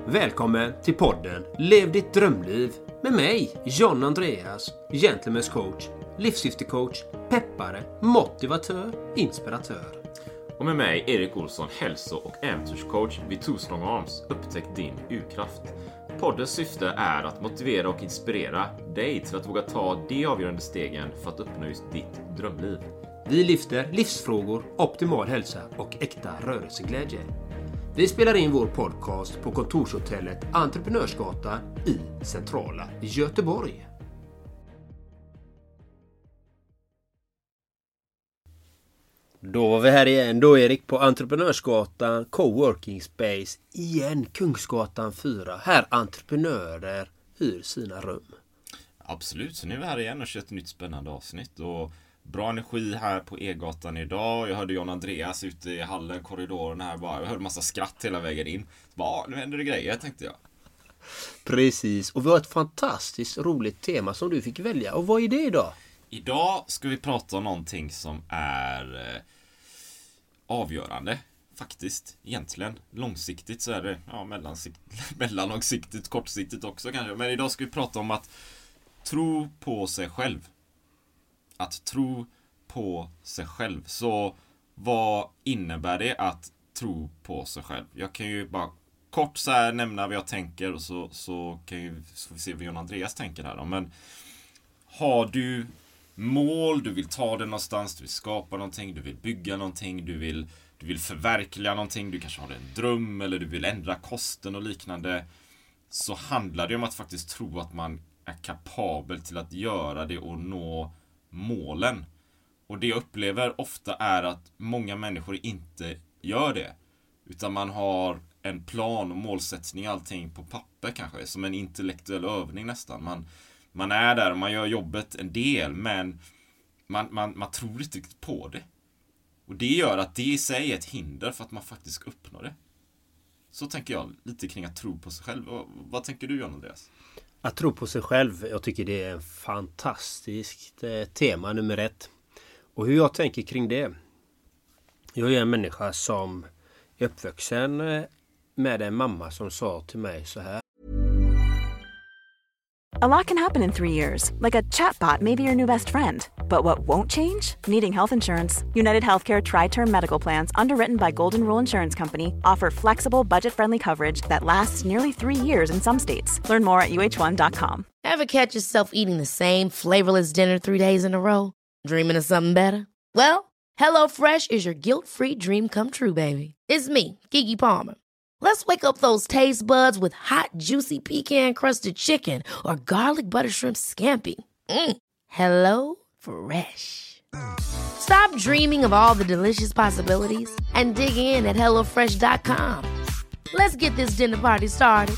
Välkommen till podden Lev ditt drömliv med mig, John Andreas, gentleman's coach, livssyftecoach, peppare, motivatör, inspiratör. Och med mig, Erik Olsson, hälso- och äventyrscoach vid Two Strong Arms. Upptäck din urkraft. Poddens syfte är att motivera och inspirera dig till att våga ta de avgörande stegen för att uppnå just ditt drömliv. Vi lyfter livsfrågor, optimal hälsa och äkta rörelseglädje. Vi spelar in vår podcast på kontorshotellet Entreprenörsgatan i centrala Göteborg. Då var vi här igen då, Erik, på Entreprenörsgatan Coworking Space igen, Kungsgatan 4. Här entreprenörer hyr sina rum. Absolut, så nu är vi här igen och kör ett nytt spännande avsnitt. Och bra energi här på E-gatan idag. Jag hörde John Andreas ute i hallen, korridoren här bara. Jag hörde massa skratt hela vägen in. Bara, nu händer det grejer, tänkte jag. Precis, och vi har ett fantastiskt roligt tema som du fick välja. Och vad är det idag? Idag ska vi prata om någonting som är avgörande. Faktiskt, egentligen. Långsiktigt så är det mellanlångsiktigt, kortsiktigt också kanske. Men idag ska vi prata om att tro på sig själv. Att tro på sig själv. Så vad innebär det att tro på sig själv? Jag kan ju bara kort så här nämna vad jag tänker och så får vi se vad John Andreas tänker här då. Men har du mål, du vill ta det någonstans, du vill skapa någonting, du vill bygga någonting, du vill förverkliga någonting, du kanske har en dröm eller du vill ändra kosten och liknande, så handlar det om att faktiskt tro att man är kapabel till att göra det och nå målen. Och det jag upplever ofta är att många människor inte gör det, utan man har en plan och målsättning, allting på papper kanske, som en intellektuell övning nästan. Man är där och man gör jobbet en del, men man tror inte riktigt på det. Och det gör att det i sig är ett hinder för att man faktiskt ska uppnå det. Så tänker jag lite kring att tro på sig själv. Vad tänker du, John Andreas? Att tro på sig själv, jag tycker det är ett fantastiskt tema nummer 1. Och hur jag tänker kring det. Jag är en människa som är uppvuxen med en mamma som sa till mig så här. A lot can happen in 3 years, like a chatbot may be your new best friend. But what won't change? Needing health insurance. United Healthcare Tri-Term Medical Plans, underwritten by Golden Rule Insurance Company, offer flexible, budget-friendly coverage that lasts nearly 3 years in some states. Learn more at uh1.com. Ever catch yourself eating the same flavorless dinner 3 days in a row? Dreaming of something better? Well, HelloFresh is your guilt-free dream come true, baby. It's me, Keke Palmer. Let's wake up those taste buds with hot, juicy pecan-crusted chicken or garlic butter shrimp scampi. Hello Fresh. Stop dreaming of all the delicious possibilities and dig in at HelloFresh.com. Let's get this dinner party started.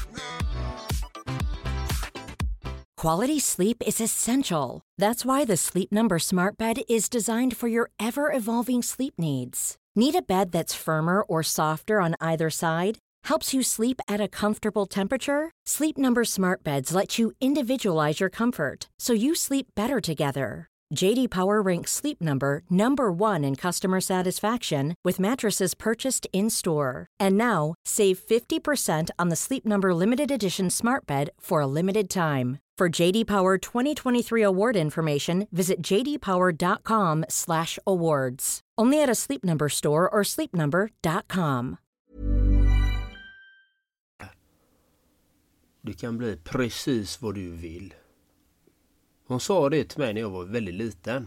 Quality sleep is essential. That's why the Sleep Number Smart Bed is designed for your ever-evolving sleep needs. Need a bed that's firmer or softer on either side? Helps you sleep at a comfortable temperature? Sleep Number Smart Beds let you individualize your comfort, so you sleep better together. JD Power ranks Sleep Number #1 in customer satisfaction with mattresses purchased in-store. And now, save 50% on the Sleep Number Limited Edition Smart Bed for a limited time. For JD Power 2023 award information, visit jdpower.com/awards. Only at a Sleep Number store or sleepnumber.com. Du kan bli precis vad du vill. Hon sa det till mig när jag var väldigt liten.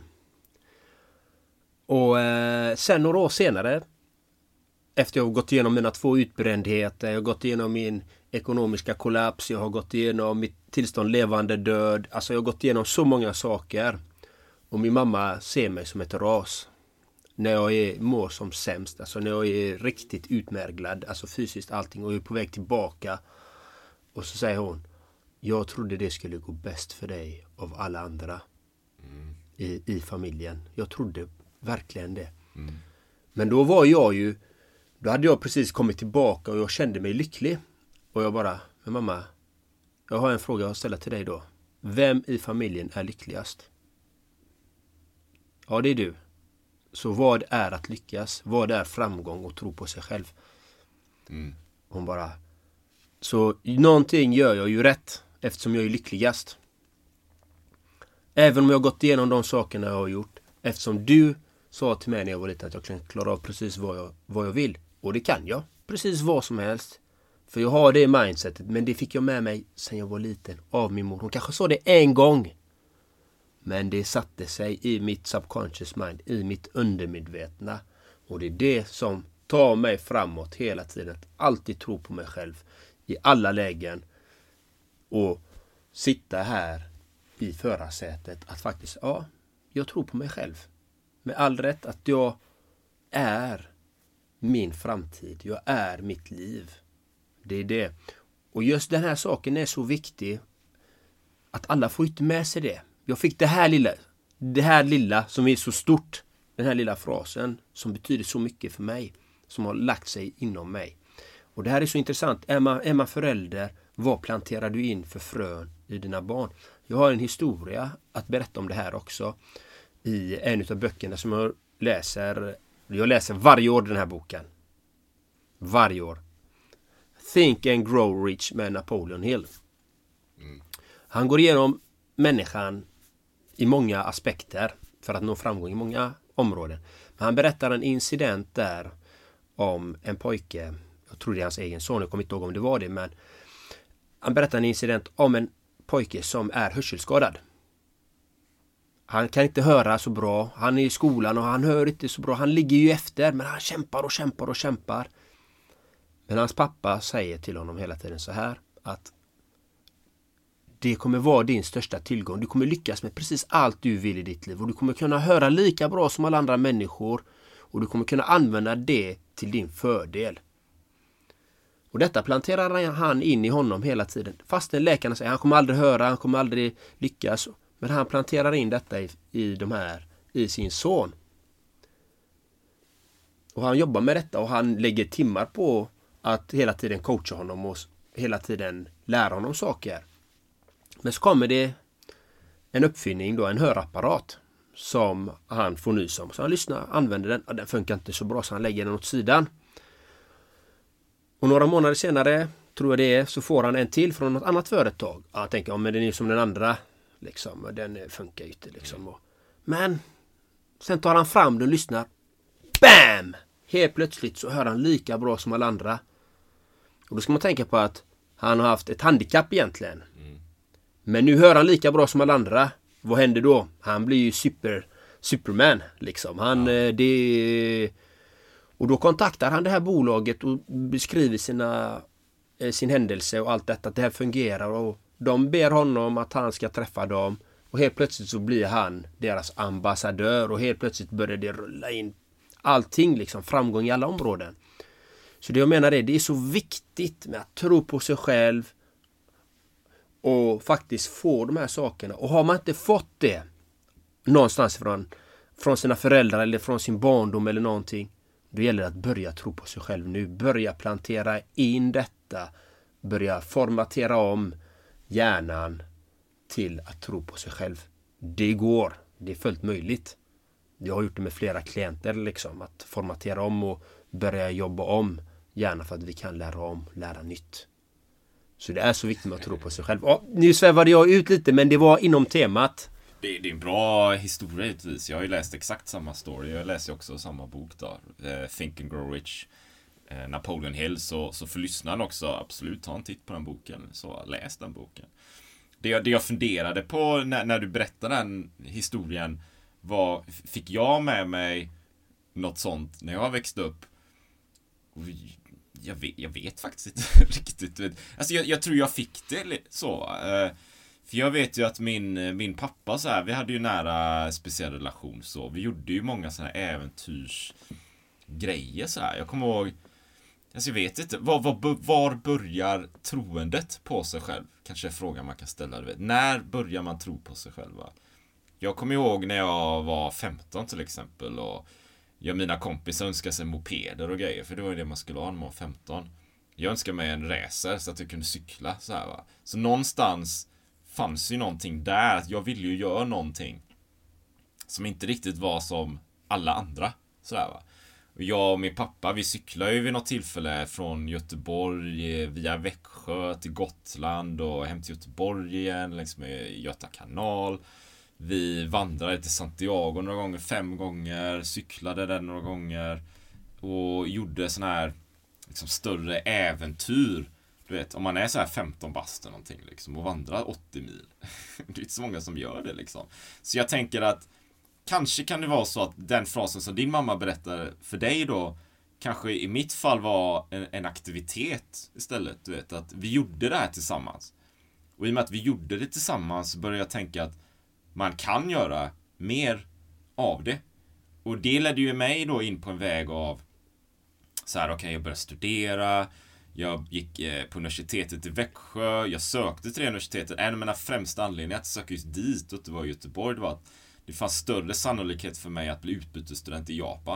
Och sen några år senare, efter jag har gått igenom mina 2 utbrändheter, jag har gått igenom min ekonomiska kollaps, jag har gått igenom mitt tillstånd levande död, alltså jag har gått igenom så många saker. Och min mamma ser mig som ett ras. När jag mår som sämst, alltså när jag är riktigt utmärglad, alltså fysiskt allting, och jag är på väg tillbaka. Och så säger hon, jag trodde det skulle gå bäst för dig av alla andra i familjen. Jag trodde verkligen det. Men då hade jag precis kommit tillbaka och jag kände mig lycklig. Och jag bara, men mamma, jag har en fråga att ställa till dig då. Vem i familjen är lyckligast? Ja, det är du. Så vad är att lyckas? Vad är framgång och tro på sig själv? Hon bara, Så någonting gör jag ju rätt eftersom jag är lyckligast. Även om jag har gått igenom de sakerna jag har gjort. Eftersom du sa till mig när jag var liten att jag kan klara av precis vad jag vill. Och det kan jag. Precis vad som helst. För jag har det mindsetet. Men det fick jag med mig sen jag var liten av min mor. Hon kanske sa det en gång. Men det satte sig i mitt subconscious mind. I mitt undermedvetna. Och det är det som tar mig framåt hela tiden. Att alltid tro på mig själv. I alla lägen. Och sitta här i förarsätet. Att faktiskt, ja, jag tror på mig själv. Med all rätt att jag är min framtid. Jag är mitt liv. Det är det. Och just den här saken är så viktig. Att alla får inte med sig det. Jag fick det här lilla som är så stort. Den här lilla frasen som betyder så mycket för mig. Som har lagt sig inom mig. Och det här är så intressant. Är man förälder, vad planterar du in för frön i dina barn? Jag har en historia att berätta om det här också. I en av böckerna som jag läser. Jag läser varje år den här boken. Varje år. Think and Grow Rich med Napoleon Hill. Han går igenom människan i många aspekter för att nå framgång i många områden. Men han berättar en incident där om en pojke. Jag tror det är hans egen son, jag kommer inte ihåg om det var det. Men han berättar en incident om en pojke som är hörselskadad. Han kan inte höra så bra. Han är i skolan och han hör inte så bra. Han ligger ju efter, men han kämpar och kämpar och kämpar. Men hans pappa säger till honom hela tiden så här att det kommer vara din största tillgång. Du kommer lyckas med precis allt du vill i ditt liv. Och du kommer kunna höra lika bra som alla andra människor. Och du kommer kunna använda det till din fördel. Och detta planterar han in i honom hela tiden. Fastän läkarna säger att han kommer aldrig höra, han kommer aldrig lyckas. Men han planterar in detta i sin son. Och han jobbar med detta och han lägger timmar på att hela tiden coacha honom och hela tiden lära honom saker. Men så kommer det en uppfinning då, en hörapparat som han får nys om. Så han använder den och den funkar inte så bra så han lägger den åt sidan. Och några månader senare, tror jag det är, så får han en till från något annat företag. Han tänker, ja men den är som den andra. Liksom, och den funkar ju inte liksom. Men sen tar han fram den och lyssnar. BAM! Helt plötsligt så hör han lika bra som alla andra. Och då ska man tänka på att han har haft ett handikapp egentligen. Men nu hör han lika bra som alla andra. Vad händer då? Han blir ju Superman liksom. Och då kontaktar han det här bolaget och beskriver sin händelse och allt detta. Att det här fungerar och de ber honom att han ska träffa dem. Och helt plötsligt så blir han deras ambassadör. Och helt plötsligt börjar det rulla in allting liksom. Framgång i alla områden. Så det jag menar är, det är så viktigt med att tro på sig själv. Och faktiskt få de här sakerna. Och har man inte fått det någonstans från sina föräldrar eller från sin barndom eller någonting. Då gäller det att börja tro på sig själv nu. Börja plantera in detta. Börja formatera om hjärnan till att tro på sig själv. Det går. Det är fullt möjligt. Jag har gjort det med flera klienter liksom. Att formatera om och börja jobba om hjärnan för att vi kan lära nytt. Så det är så viktigt med att tro på sig själv. Nu svävade jag ut lite men det var inom temat. Det är en bra historia givetvis. Jag har ju läst exakt samma story. Jag läser också samma bok då. Think and Grow Rich. Napoleon Hill. Så för lyssnaren också, absolut ta en titt på den boken. Så läs den boken. Det jag funderade på när du berättade den historien var, fick jag med mig något sånt när jag växte upp? Jag vet faktiskt inte riktigt. Alltså jag tror jag fick det så. För jag vet ju att min pappa så här, vi hade ju nära speciell relation så. Vi gjorde ju många såna här äventyrsgrejer så här. Jag kommer ihåg, alltså jag vet inte, var börjar troendet på sig själv? Kanske är frågan man kan ställa, du vet. När börjar man tro på sig själv? Va? Jag kommer ihåg när jag var 15 till exempel och mina kompisar önskade sig mopeder och grejer. För det var ju det man skulle ha när man var 15. Jag önskade mig en racer så att jag kunde cykla så här, va. Så någonstans fanns ju någonting där. Att jag ville ju göra någonting som inte riktigt var som alla andra. Så här, va. Och jag och min pappa, vi cyklar ju vid något tillfälle från Göteborg via Växjö till Gotland och hem till Göteborg igen längs med Göta kanal. Vi vandrade till Santiago några gånger, 5 gånger, cyklade där några gånger och gjorde sån här liksom större äventyr. Du vet, om man är så här 15 bast någonting liksom och vandrar 80 mil. Det är inte så många som gör det liksom. Så jag tänker att kanske kan det vara så att den frasen som din mamma berättade för dig då kanske i mitt fall var en aktivitet istället. Du vet, att vi gjorde det här tillsammans. Och i och med att vi gjorde det tillsammans så började jag tänka att man kan göra mer av det. Och det ledde ju mig då in på en väg av så här, okej, jag började studera. Jag gick på universitetet i Växjö. Jag sökte till det universitetet. En av mina främsta anledningar att söka just dit och att det var i Göteborg, det var att det fanns större sannolikhet för mig att bli utbytesstudent i Japan.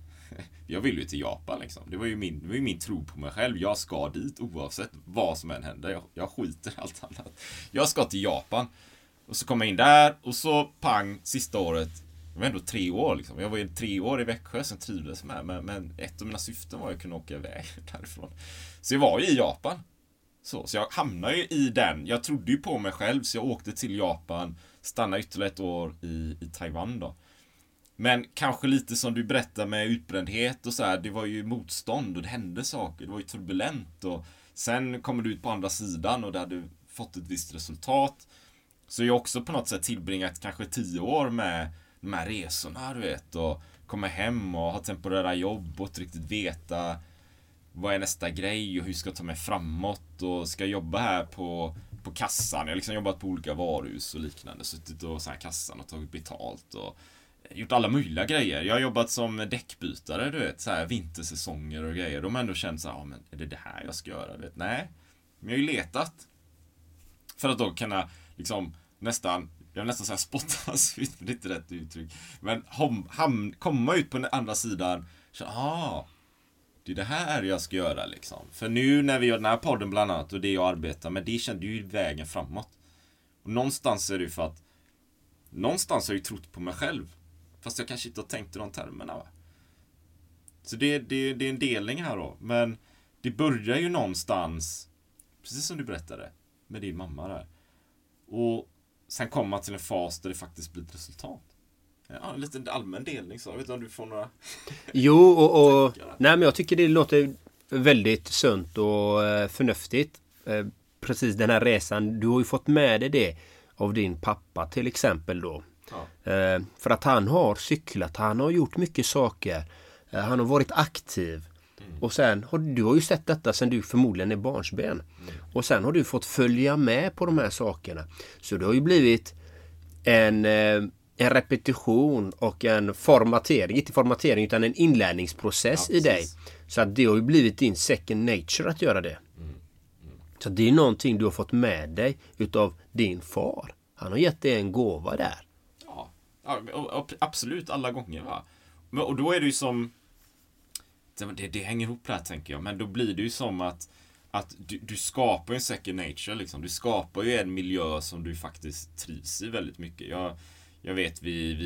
Jag vill ju till Japan liksom. Det var ju min tro på mig själv. Jag ska dit oavsett vad som än händer. Jag skiter i allt annat. Jag ska till Japan. Och så kom jag in där och så pang, sista året. Det var ändå 3 år liksom. Jag var ju 3 år i Växjö, sen trivdes med. Men ett av mina syften var att kunna åka iväg därifrån. Så jag var ju i Japan. Så jag hamnade ju i den. Jag trodde ju på mig själv så jag åkte till Japan. Stannade ytterligare 1 år i Taiwan då. Men kanske lite som du berättar med utbrändhet och så här. Det var ju motstånd och det hände saker. Det var ju turbulent och sen kommer du ut på andra sidan och där du fått ett visst resultat. Så jag också på något sätt tillbringat kanske 10 år med de här resorna, du vet, och komma hem och ha temporära jobb och inte riktigt veta vad är nästa grej och hur ska jag ta mig framåt och ska jag jobba här på kassan. Jag har liksom jobbat på olika varuhus och liknande, suttit och så här kassan och tagit betalt och gjort alla möjliga grejer. Jag har jobbat som däckbytare, du vet, så här vintersäsonger och grejer. De har ändå känt så här, ja, men är det här jag ska göra? Du vet, nej. Men jag har ju letat för att då kunna liksom nästan så här spottas ut, det är inte rätt uttryck. Men komma ut på den andra sidan så det är det här jag ska göra liksom. För nu när vi gör den här podden bland annat och det jag arbetar med, det kände ju vägen framåt. Och någonstans är det ju för att någonstans har jag ju trott på mig själv. Fast jag kanske inte har tänkt i de termerna, va? Så det är en delning här då. Men det börjar ju någonstans, precis som du berättade, med din mamma där. Och sen kommer man till en fas där det faktiskt blir ett resultat. Ja, en liten allmän delning så. Jag vet inte om du får några... Jo, och nej, men jag tycker det låter väldigt sunt och förnuftigt. Precis den här resan, du har ju fått med dig det av din pappa till exempel då. Ja. För att han har cyklat, han har gjort mycket saker. Han har varit aktiv. Och sen du har ju sett detta sen du förmodligen är barnsben. Och sen har du fått följa med på de här sakerna. Så det har ju blivit en repetition och en formatering, inte formatering utan en inlärningsprocess i dig. Så att det har ju blivit din second nature att göra det. Så det är någonting du har fått med dig utav din far. Han har gett dig en gåva där. Ja, absolut alla gånger, va. Och då är det ju som det hänger ihop där, tänker jag. Men då blir det ju som att du skapar en second nature liksom. Du skapar ju en miljö som du faktiskt trivs i väldigt mycket. Jag vet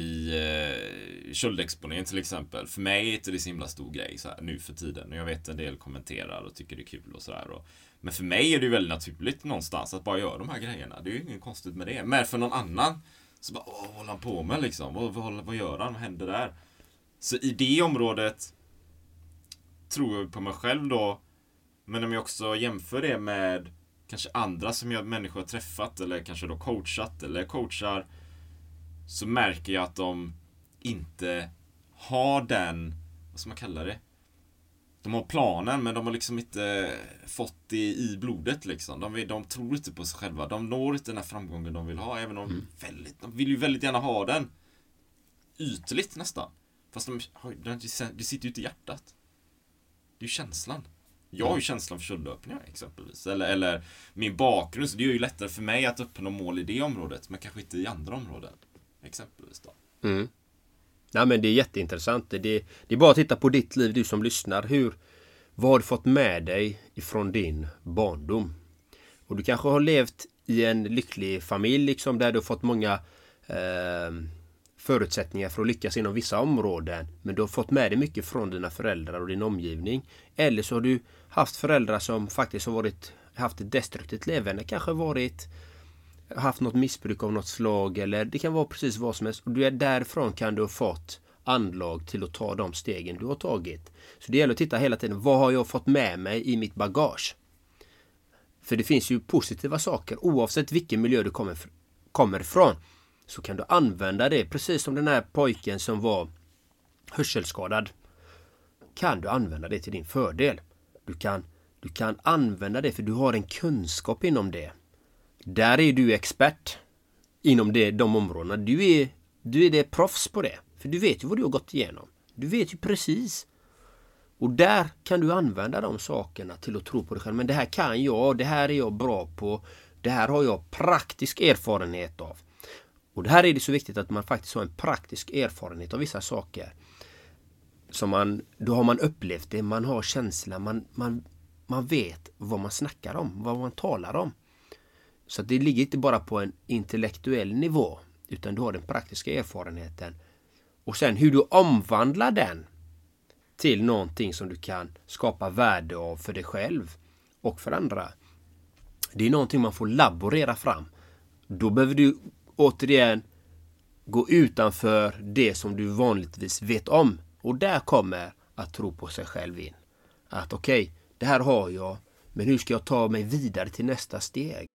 vid köldexponering till exempel. För mig är det så himla stor grej så här, nu för tiden. Och jag vet en del kommenterar och tycker det är kul och sådär. Men för mig är det ju väldigt naturligt någonstans att bara göra de här grejerna. Det är ju inget konstigt med det. Men för någon annan så bara, vad håller han på med liksom? Vad gör han? Vad händer där? Så i det området tror jag på mig själv då. Men om jag också jämför det med kanske andra som människor har träffat eller kanske då coachat eller coachar, så märker jag att de inte har den, vad ska man kalla det? De har planen men de har liksom inte fått det i blodet liksom. De tror inte på sig själva. De når inte den här framgången de vill ha, även om de vill ju väldigt gärna ha den ytligt nästan. Fast det sitter ju inte i hjärtat. Det är ju känslan. Jag har ju känslan för köldlöpningar exempelvis. Eller min bakgrund. Så det är ju lättare för mig att uppnå mål i det området. Men kanske inte i andra områden. Exempelvis då. Ja, men det är jätteintressant. Det är bara att titta på ditt liv, du som lyssnar. Vad har du fått med dig ifrån din barndom? Och du kanske har levt i en lycklig familj liksom, där du har fått många förutsättningar för att lyckas inom vissa områden, men du har fått med dig mycket från dina föräldrar och din omgivning. Eller så har du haft föräldrar som faktiskt har haft ett destruktivt levande, kanske haft något missbruk av något slag, eller det kan vara precis vad som helst. Och därifrån kan du ha fått anlag till att ta de stegen du har tagit. Så det gäller att titta hela tiden, vad har jag fått med mig i mitt bagage? För det finns ju positiva saker, oavsett vilken miljö du kommer ifrån, så kan du använda det, precis som den här pojken som var hörselskadad. Kan du använda det till din fördel. Du kan använda det för du har en kunskap inom det. Där är du expert inom de områdena. Du är det proffs på det. För du vet ju vad du har gått igenom. Du vet ju precis. Och där kan du använda de sakerna till att tro på dig själv. Men det här kan jag, det här är jag bra på. Det här har jag praktisk erfarenhet av. Och det här är det så viktigt att man faktiskt har en praktisk erfarenhet av vissa saker. Då har man upplevt det, man har känsla, man vet vad man snackar om, vad man talar om. Så det ligger inte bara på en intellektuell nivå, utan du har den praktiska erfarenheten. Och sen hur du omvandlar den till någonting som du kan skapa värde av för dig själv och för andra. Det är någonting man får laborera fram. Då behöver du återigen gå utanför det som du vanligtvis vet om. Och där kommer att tro på sig själv in. Att okej, det här har jag, men hur ska jag ta mig vidare till nästa steg?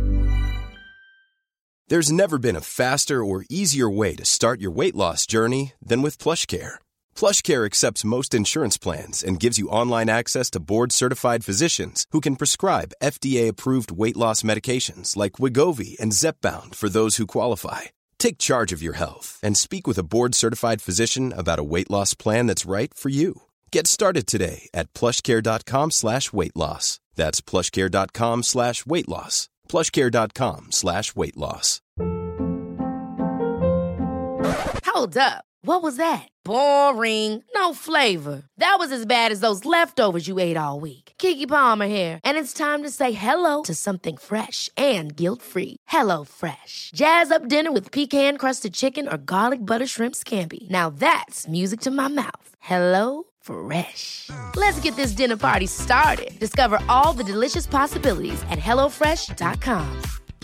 There's never been a faster or easier way to start your weight loss journey than with PlushCare. PlushCare accepts most insurance plans and gives you online access to board-certified physicians who can prescribe FDA-approved weight loss medications like Wegovy and Zepbound for those who qualify. Take charge of your health and speak with a board-certified physician about a weight loss plan that's right for you. Get started today at plushcare.com/weightloss. That's plushcare.com/weightloss. plushcare.com/weightloss. Hold up. What was that? Boring. No flavor. That was as bad as those leftovers you ate all week. Keke Palmer here, and it's time to say hello to something fresh and guilt-free. Hello Fresh. Jazz up dinner with pecan-crusted chicken or garlic butter shrimp scampi. Now that's music to my mouth. Hello Fresh. Let's get this dinner party started. Discover all the delicious possibilities at hellofresh.com.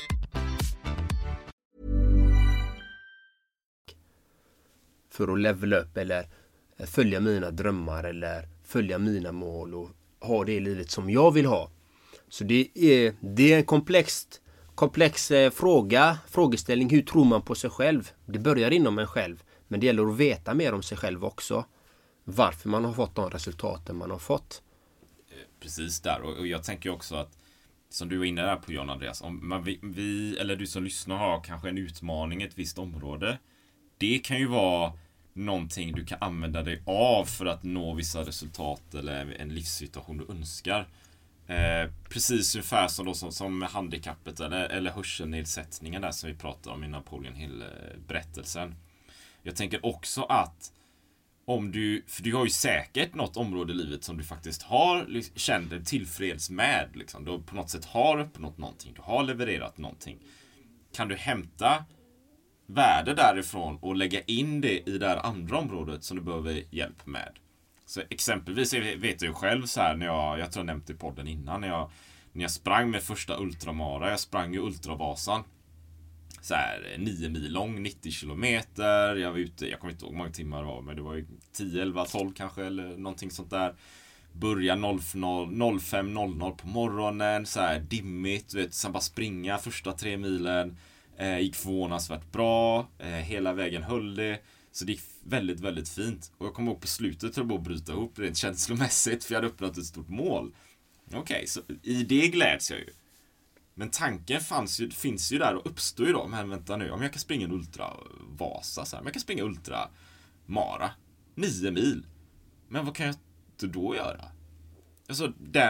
För att levela upp eller följa mina drömmar eller följa mina mål och ha det livet som jag vill ha. Så det är en komplex frågeställning. Hur tror man på sig själv? Det börjar inom en själv, men det gäller att veta mer om sig själv också. Varför man har fått de resultaten man har fått. Precis där, och jag tänker också att som du var inne där på, John Andreas, om vi eller du som lyssnar har kanske en utmaning i ett visst område, det kan ju vara någonting du kan använda dig av för att nå vissa resultat eller en livssituation du önskar. Precis ungefär som handikappet eller hörselnedsättningen där som vi pratade om i Napoleon Hill-berättelsen. Jag tänker också att för du har ju säkert något område i livet som du faktiskt har känt dig tillfreds med. Liksom. Du på något sätt har uppnått någonting. Du har levererat någonting. Kan du hämta värde därifrån och lägga in det i det här andra området som du behöver hjälp med? Så exempelvis vet jag ju själv så här, när jag tror jag nämnt i podden innan, när jag sprang med första ultramara. Jag sprang ju Ultravasan. Så här 9 mil lång, 90 kilometer. Jag var ute, jag kommer inte ihåg hur många timmar det var, men det var ju 10, 11, 12 kanske eller någonting sånt där. Börja 05:00 på morgonen, så här dimmigt, vet, sen bara springa första 3 milen. Gick förvånansvärt bra, hela vägen höll det. Så det gick väldigt, väldigt fint. Och jag kom ihåg på slutet att bryta ihop rent känslomässigt, för jag hade uppnått ett stort mål. Okej, så i det gläds jag ju. Men tanken finns ju där och uppstår ju då. Men vänta nu, om jag kan springa en ultravasa så här, om jag kan springa ultramara 9 mil. Men vad kan jag inte då göra? Alltså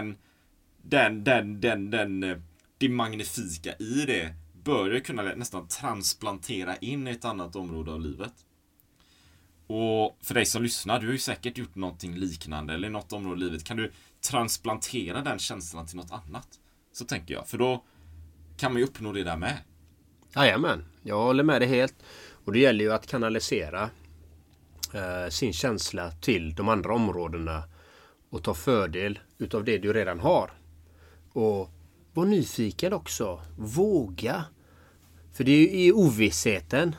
det magnifika i det börjar kunna nästan transplantera in i ett annat område av livet. Och för dig som lyssnar, du har ju säkert gjort någonting liknande eller i något område av livet. Kan du transplantera den känslan till något annat? Så tänker jag, för då kan man ju uppnå det där med. Jajamän, jag håller med dig helt. Och det gäller ju att kanalisera sin känsla till de andra områdena och ta fördel utav det du redan har. Och var nyfiken också. Våga. För det är ju i ovissheten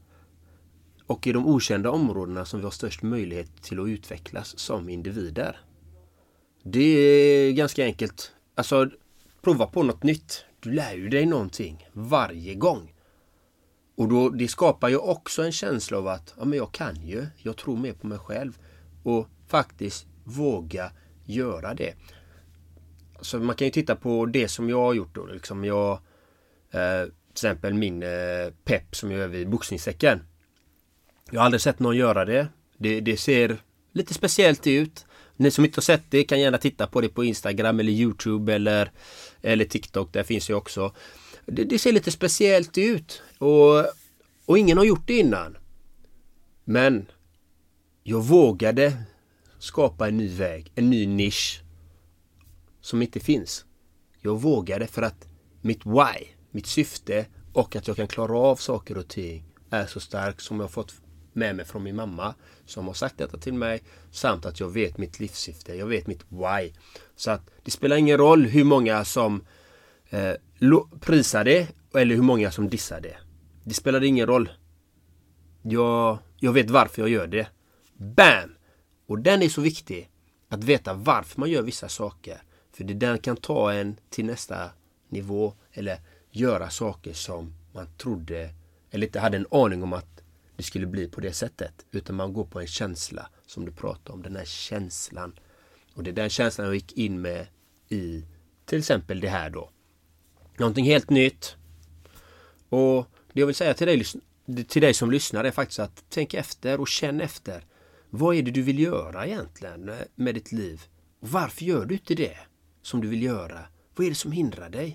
och i de okända områdena som vi har störst möjlighet till att utvecklas som individer. Det är ganska enkelt. Alltså, prova på något nytt. Du lär ju dig någonting varje gång. Och då, det skapar ju också en känsla av att ja, men jag kan ju. Jag tror mer på mig själv. Och faktiskt våga göra det. Så man kan ju titta på det som jag har gjort då. Liksom jag, till exempel min pepp som jag gör vid boxningssäcken. Jag har aldrig sett någon göra det. Det ser lite speciellt ut. Ni som inte har sett det kan gärna titta på det på Instagram eller YouTube eller TikTok. Där finns ju också. Det ser lite speciellt ut. Och ingen har gjort det innan. Men jag vågade skapa en ny väg. En ny nisch. Som inte finns. Jag vågade för att mitt why, mitt syfte och att jag kan klara av saker och ting är så stark som jag har fått med mig från min mamma som har sagt detta till mig, samt att jag vet mitt livssyfte, jag vet mitt why. Så att det spelar ingen roll hur många som prisar det eller hur många som dissar det. Det spelar ingen roll. Jag vet varför jag gör det. Bam! Och den är så viktig, att veta varför man gör vissa saker. För den kan ta en till nästa nivå eller göra saker som man trodde eller inte hade en aning om att det skulle bli på det sättet. Utan man går på en känsla som du pratar om. Den här känslan. Och det är den känslan jag gick in med i till exempel det här då. Någonting helt nytt. Och det jag vill säga till dig som lyssnar är faktiskt att tänk efter och känn efter. Vad är det du vill göra egentligen med ditt liv? Och varför gör du inte det som du vill göra? Vad är det som hindrar dig?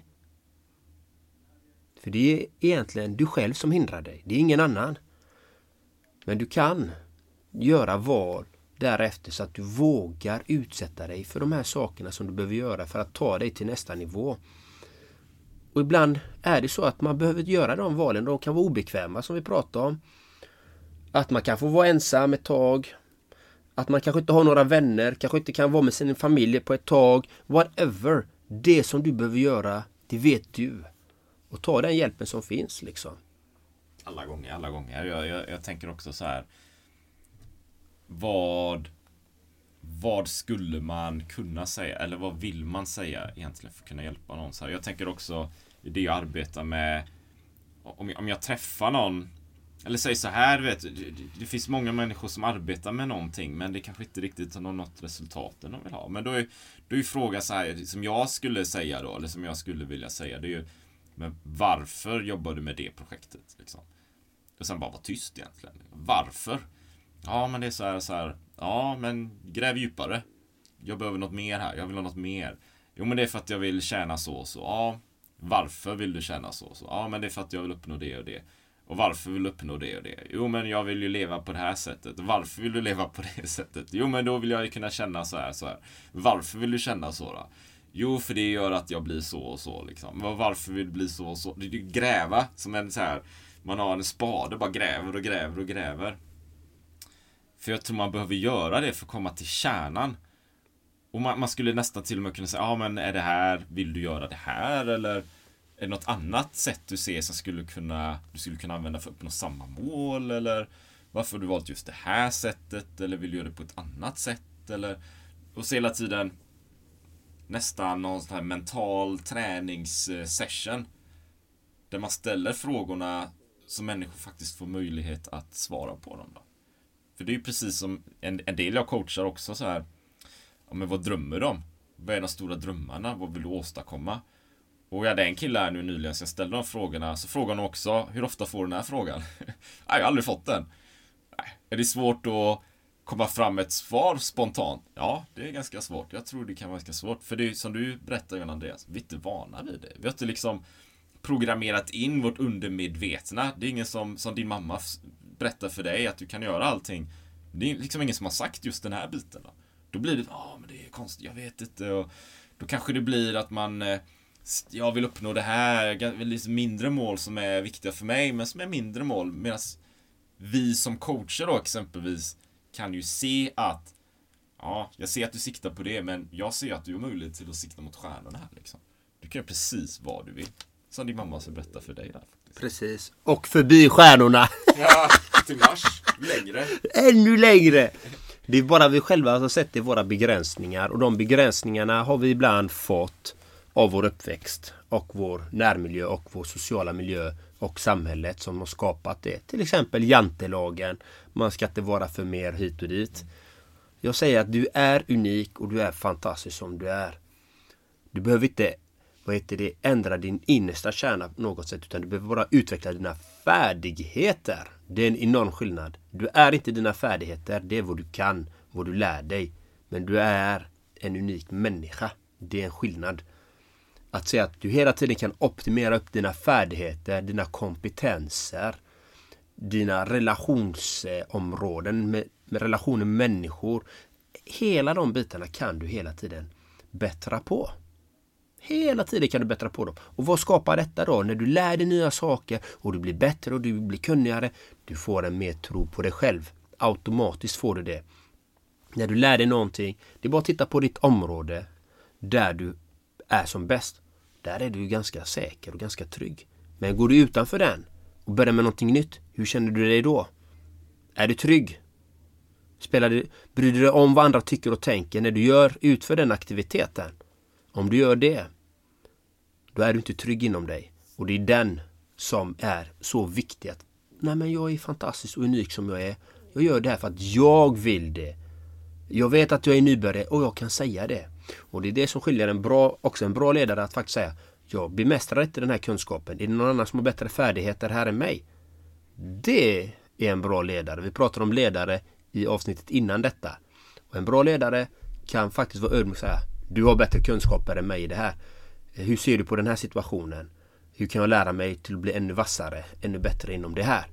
För det är egentligen du själv som hindrar dig. Det är ingen annan. Men du kan göra val därefter så att du vågar utsätta dig för de här sakerna som du behöver göra för att ta dig till nästa nivå. Och ibland är det så att man behöver göra de valen. De kan vara obekväma som vi pratade om. Att man kan få vara ensam ett tag. Att man kanske inte har några vänner. Kanske inte kan vara med sin familj på ett tag. Whatever. Det som du behöver göra, det vet du. Och ta den hjälpen som finns liksom. Alla gånger. Jag tänker också så här. Vad skulle man kunna säga? Eller vad vill man säga egentligen för att kunna hjälpa någon? Så här. Jag tänker också i det jag arbetar med. Om jag träffar någon. Eller säg så här, vet, det finns många människor som arbetar med någonting. Men det kanske inte riktigt har något resultat de vill ha. Men då är frågan så här. Som jag skulle säga då. Eller som jag skulle vilja säga. Det är ju. Men varför jobbar du med det projektet? Liksom? Och sen bara vara tyst egentligen. Varför? Ja, men det är så här. Ja, men gräv djupare. Jag behöver något mer här. Jag vill ha något mer. Jo, men det är för att jag vill tjäna så och så. Ja, varför vill du tjäna så och så? Ja, men det är för att jag vill uppnå det och det. Och varför vill du uppnå det och det? Jo, men jag vill ju leva på det här sättet. Varför vill du leva på det sättet? Jo, men då vill jag ju kunna känna så här. Varför vill du känna så då? Jo, för det gör att jag blir så och så liksom. Varför vill du bli så och så? Det är ju gräva som en så här. Man har en spade, bara gräver och gräver och gräver. För jag tror man behöver göra det för att komma till kärnan. Och man skulle nästan till och med kunna säga, ja men är det här, vill du göra det här? Eller är det något annat sätt du ser som du skulle kunna använda för att uppnå samma mål? Eller varför har du valt just det här sättet? Eller vill du göra det på ett annat sätt? Eller, och så hela tiden nästan någon sån här mental träningssession. Där man ställer frågorna så människor faktiskt får möjlighet att svara på dem då. För det är ju precis som en del jag coachar också så här. Ja, men vad drömmer du om? Vad är de stora drömmarna? Vad vill du åstadkomma? Och jag hade en kille här nu nyligen så jag ställde de frågorna. Så frågar han också, hur ofta får du den här frågan? Nej, jag har aldrig fått den. Nej, är det svårt att komma fram med ett svar spontant? Ja, det är ganska svårt. Jag tror det kan vara ganska svårt. För det är som du berättar, Jan Andreas, vi är inte vana vid det. Vi har inte liksom programmerat in vårt undermedvetna. Det är ingen som din mamma berättar för dig att du kan göra allting. Det är liksom ingen som har sagt just den här biten då. Då blir det, men det är konstigt, jag vet inte. Och då kanske det blir att jag vill uppnå det här, liksom mindre mål som är viktiga för mig, men som är mindre mål. Medan vi som coacher då exempelvis kan ju se att ja, jag ser att du siktar på det, men jag ser att du har möjlighet till att sikta mot stjärnorna här liksom. Du kan göra precis vad du vill. Som din mamma ska berätta för dig där faktiskt. Precis. Och förbi stjärnorna. Ja, till Mars. Längre. Ännu längre. Det är bara vi själva som har sett det våra begränsningar. Och de begränsningarna har vi ibland fått av vår uppväxt. Och vår närmiljö och vår sociala miljö. Och samhället som har skapat det. Till exempel jantelagen. Man ska inte vara för mer hit och dit. Jag säger att du är unik och du är fantastisk som du är. Du behöver inte ändra din innersta kärna på något sätt, utan du behöver bara utveckla dina färdigheter. Det är en enorm skillnad. Du är inte dina färdigheter, det är vad du kan, vad du lär dig. Men du är en unik människa. Det är en skillnad. Att säga att du hela tiden kan optimera upp dina färdigheter, dina kompetenser, dina relationsområden med relationer med människor. Hela de bitarna kan du hela tiden bättra på. Hela tiden kan du bättra på dem. Och vad skapar detta då? När du lär dig nya saker och du blir bättre och du blir kunnigare, du får en mer tro på dig själv. Automatiskt får du det. När du lär dig någonting, det är bara att titta på ditt område där du är som bäst. Där är du ganska säker och ganska trygg. Men går du utanför den och börjar med någonting nytt, hur känner du dig då? Är du trygg? Bryr du dig om vad andra tycker och tänker när du utför den aktiviteten? Om du gör det, då är du inte trygg inom dig. Och det är den som är så viktig. Att, nej men jag är fantastisk och unik som jag är. Jag gör det här för att jag vill det. Jag vet att jag är nybörjare och jag kan säga det. Och det är det som skiljer en bra ledare att faktiskt säga, jag bemästrar inte den här kunskapen. Är det någon annan som har bättre färdigheter här än mig? Det är en bra ledare. Vi pratar om ledare i avsnittet innan detta. Och en bra ledare kan faktiskt vara ödmjuk och säga, du har bättre kunskaper än mig i det här. Hur ser du på den här situationen? Hur kan jag lära mig till att bli ännu vassare, ännu bättre inom det här?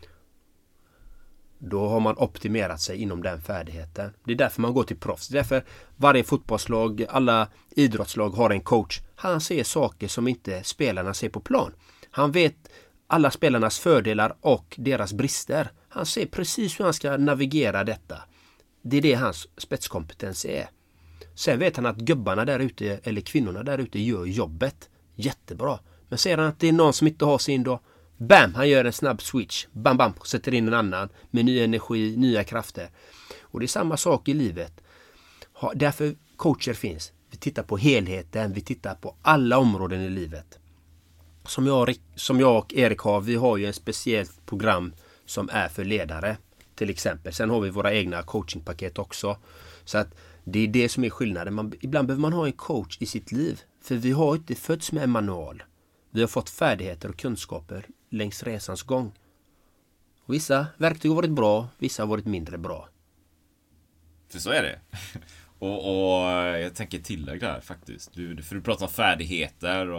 Då har man optimerat sig inom den färdigheten. Det är därför man går till proffs. Det är därför varje fotbollslag, alla idrottslag har en coach. Han ser saker som inte spelarna ser på plan. Han vet alla spelarnas fördelar och deras brister. Han ser precis hur han ska navigera detta. Det är det hans spetskompetens är. Sen vet han att gubbarna där ute eller kvinnorna där ute gör jobbet jättebra. Men ser han att det är någon som inte har sin då, bam, han gör en snabb switch. Bam, bam, sätter in en annan med ny energi, nya krafter. Och det är samma sak i livet. Därför coacher finns. Vi tittar på helheten, vi tittar på alla områden i livet. Som jag och Erik har, vi har ju en speciellt program som är för ledare till exempel. Sen har vi våra egna coachingpaket också. Så att det är det som är skillnaden. Ibland behöver man ha en coach i sitt liv. För vi har inte fötts med en manual. Vi har fått färdigheter och kunskaper längs resans gång. Och vissa verktyg har varit bra, vissa har varit mindre bra. För så är det. och jag tänker tillägg där faktiskt. För du pratar om färdigheter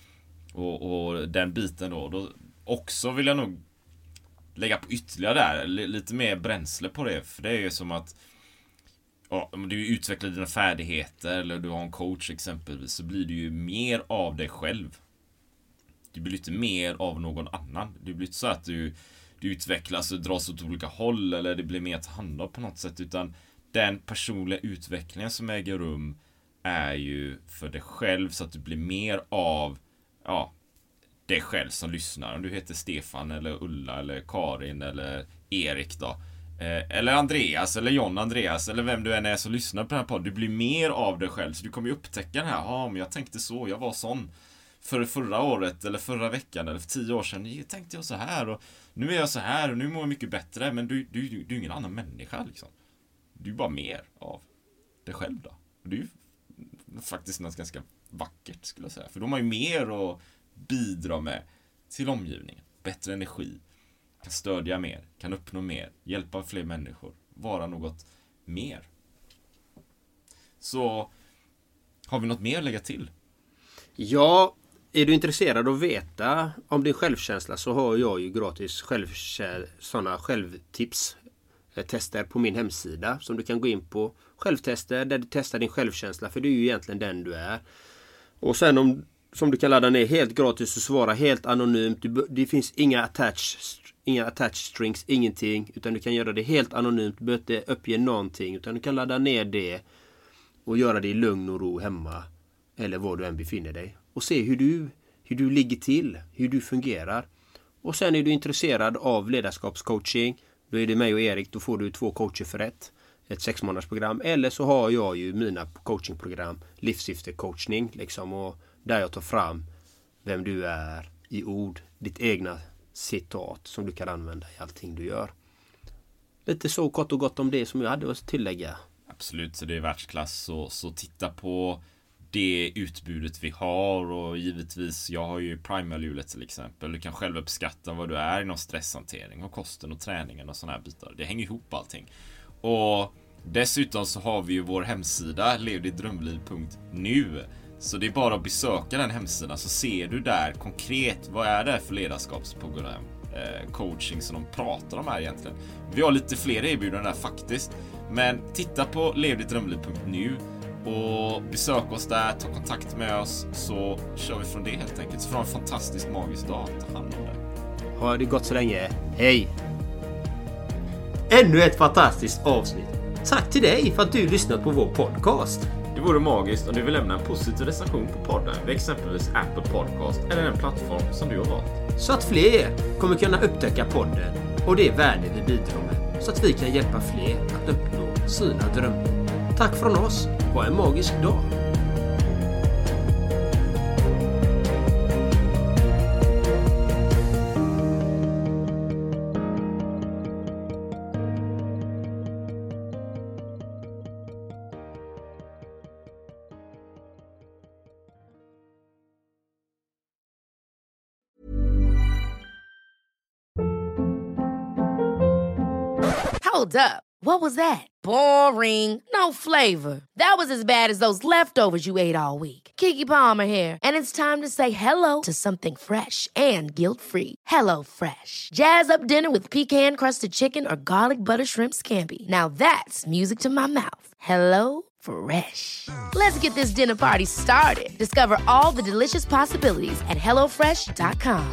och den biten då också vill jag nog lägga på ytterligare där. Lite mer bränsle på det. För det är ju som att om du utvecklar dina färdigheter eller du har en coach exempelvis, så blir du ju mer av dig själv. Du blir lite mer av någon annan. Det blir inte så att du utvecklas och dras åt olika håll eller det blir mer att handla på något sätt, utan den personliga utvecklingen som äger rum är ju för dig själv, så att du blir mer av dig själv som lyssnar. Om du heter Stefan eller Ulla eller Karin eller Erik då, eller Andreas eller John Andreas eller vem du än är som lyssnar på den här podden, du blir mer av dig själv. Så du kommer ju upptäcka den här, men jag tänkte så, jag var sån förra året eller förra veckan eller för 10 år sedan tänkte jag så här och nu är jag så här och nu mår jag mycket bättre. Men du är ingen annan människa liksom. Du är bara mer av dig själv då. Och det är ju faktiskt något ganska vackert skulle jag säga. För de har ju mer att bidra med till omgivningen. Bättre energi. Kan stödja mer. Kan uppnå mer. Hjälpa fler människor. Vara något mer. Så har vi något mer att lägga till? Ja, är du intresserad av att veta om din självkänsla, så har jag ju gratis sådana självtips tester på min hemsida som du kan gå in på. Självtester där du testar din självkänsla, för det är ju egentligen den du är. Och sen som du kan ladda ner helt gratis och svara helt anonymt. Det finns inga inga attach strings, ingenting. Utan du kan göra det helt anonymt. Du behöver inte uppge någonting. Utan du kan ladda ner det och göra det i lugn och ro hemma. Eller var du än befinner dig. Och se hur du ligger till. Hur du fungerar. Och sen är du intresserad av ledarskapscoaching. Då är det mig och Erik. Då får du 2 coacher för ett 6-månadersprogram. Eller så har jag ju mina coachingprogram. Livssyftecoachning liksom. Och där jag tar fram vem du är i ord. Ditt egna citat som du kan använda i allting du gör. Lite så kort och gott om det som jag hade att tillägga. Absolut, så det är världsklass. Så titta på det utbudet vi har. Och givetvis, jag har ju Primal-hjulet till exempel. Du kan själv uppskatta vad du är inom stresshantering och kosten och träningen och såna här bitar. Det hänger ihop allting. Och dessutom så har vi ju vår hemsida levdittdrömliv.nu. Så det är bara att besöka den hemsidan, så ser du där konkret vad är det för ledarskapsprogram, coaching som de pratar om här egentligen. Vi har lite fler erbjudanden där faktiskt. Men titta på levdittdrömliv.nu och besök oss där, ta kontakt med oss, så kör vi från det helt enkelt. Så får en fantastisk magisk dag, ta hand om det. Har det gått så länge? Hej! Ännu ett fantastiskt avsnitt. Tack till dig för att du lyssnat på vår podcast. Det vore magiskt om du vill lämna en positiv recension på podden vid exempelvis Apple Podcast eller den plattform som du har valt. Så att fler kommer kunna upptäcka podden och det värde vi bidrar med. Så att vi kan hjälpa fler att uppnå sina drömmar. Tack från oss. Ha en magisk dag. Hold up. What was that? Boring. No flavor. That was as bad as those leftovers you ate all week. Keke Palmer here, and it's time to say hello to something fresh and guilt-free. Hello Fresh. Jazz up dinner with pecan-crusted chicken or garlic butter shrimp scampi. Now that's music to my mouth. Hello Fresh. Let's get this dinner party started. Discover all the delicious possibilities at hellofresh.com.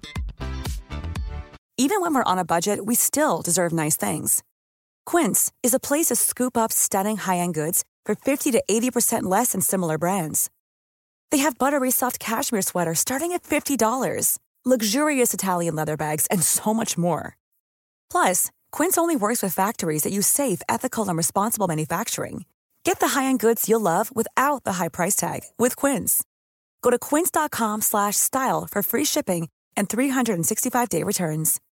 Even when we're on a budget, we still deserve nice things. Quince is a place to scoop up stunning high-end goods for 50 to 80% less than similar brands. They have buttery soft cashmere sweaters starting at $50, luxurious Italian leather bags, and so much more. Plus, Quince only works with factories that use safe, ethical, and responsible manufacturing. Get the high-end goods you'll love without the high price tag with Quince. Go to quince.com/style for free shipping and 365-day returns.